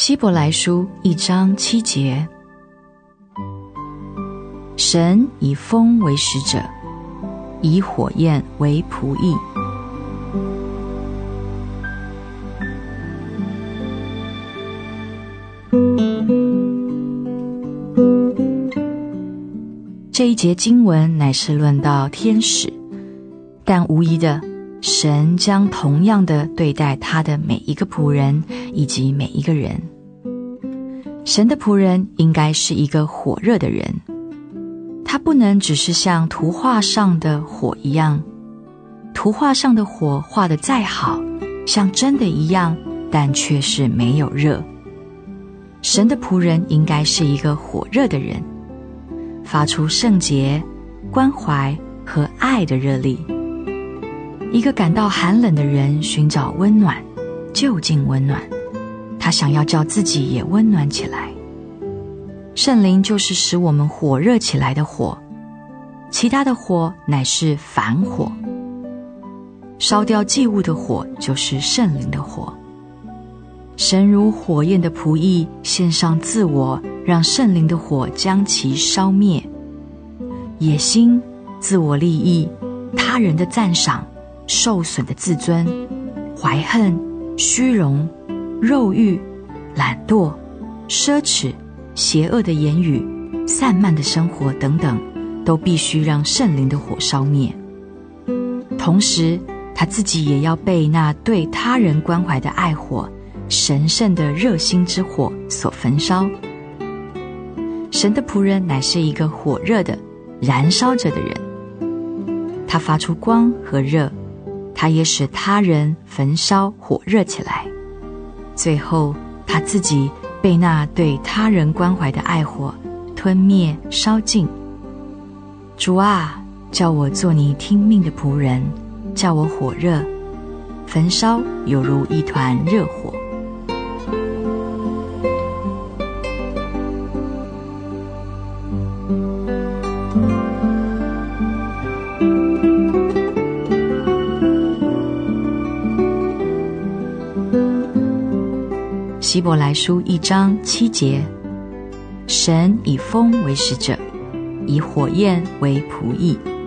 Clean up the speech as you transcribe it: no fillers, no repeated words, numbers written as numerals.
希伯来书1章7节，神以风为使者，以火焰为仆役。这一节经文乃是论到天使，但无疑的，神将同样的对待他的每一个仆人以及每一个人。神的仆人应该是一个火热的人，他不能只是像图画上的火一样，图画上的火画得再好，像真的一样，但却是没有热。神的仆人应该是一个火热的人，发出圣洁、关怀和爱的热力。一个感到寒冷的人寻找温暖，就近温暖，他想要叫自己也温暖起来。圣灵就是使我们火热起来的火，其他的火乃是凡火。烧掉祭物的火就是圣灵的火。神如火焰的仆役，献上自我，让圣灵的火将其烧灭。野心、自我利益、他人的赞赏、受损的自尊、怀恨、虚荣、肉欲、懒惰、奢侈、邪恶的言语、散漫的生活等等，都必须让圣灵的火烧灭。同时，他自己也要被那对他人关怀的爱火、神圣的热心之火所焚烧。神的仆人乃是一个火热的、燃烧着的人，他发出光和热，他也使他人焚烧火热起来，最后他自己被那对他人关怀的爱火吞灭烧尽。主啊，叫我做你听命的仆人，叫我火热，焚烧犹如一团热火。希伯来书1章7节，神以风为使者，以火焰为仆役。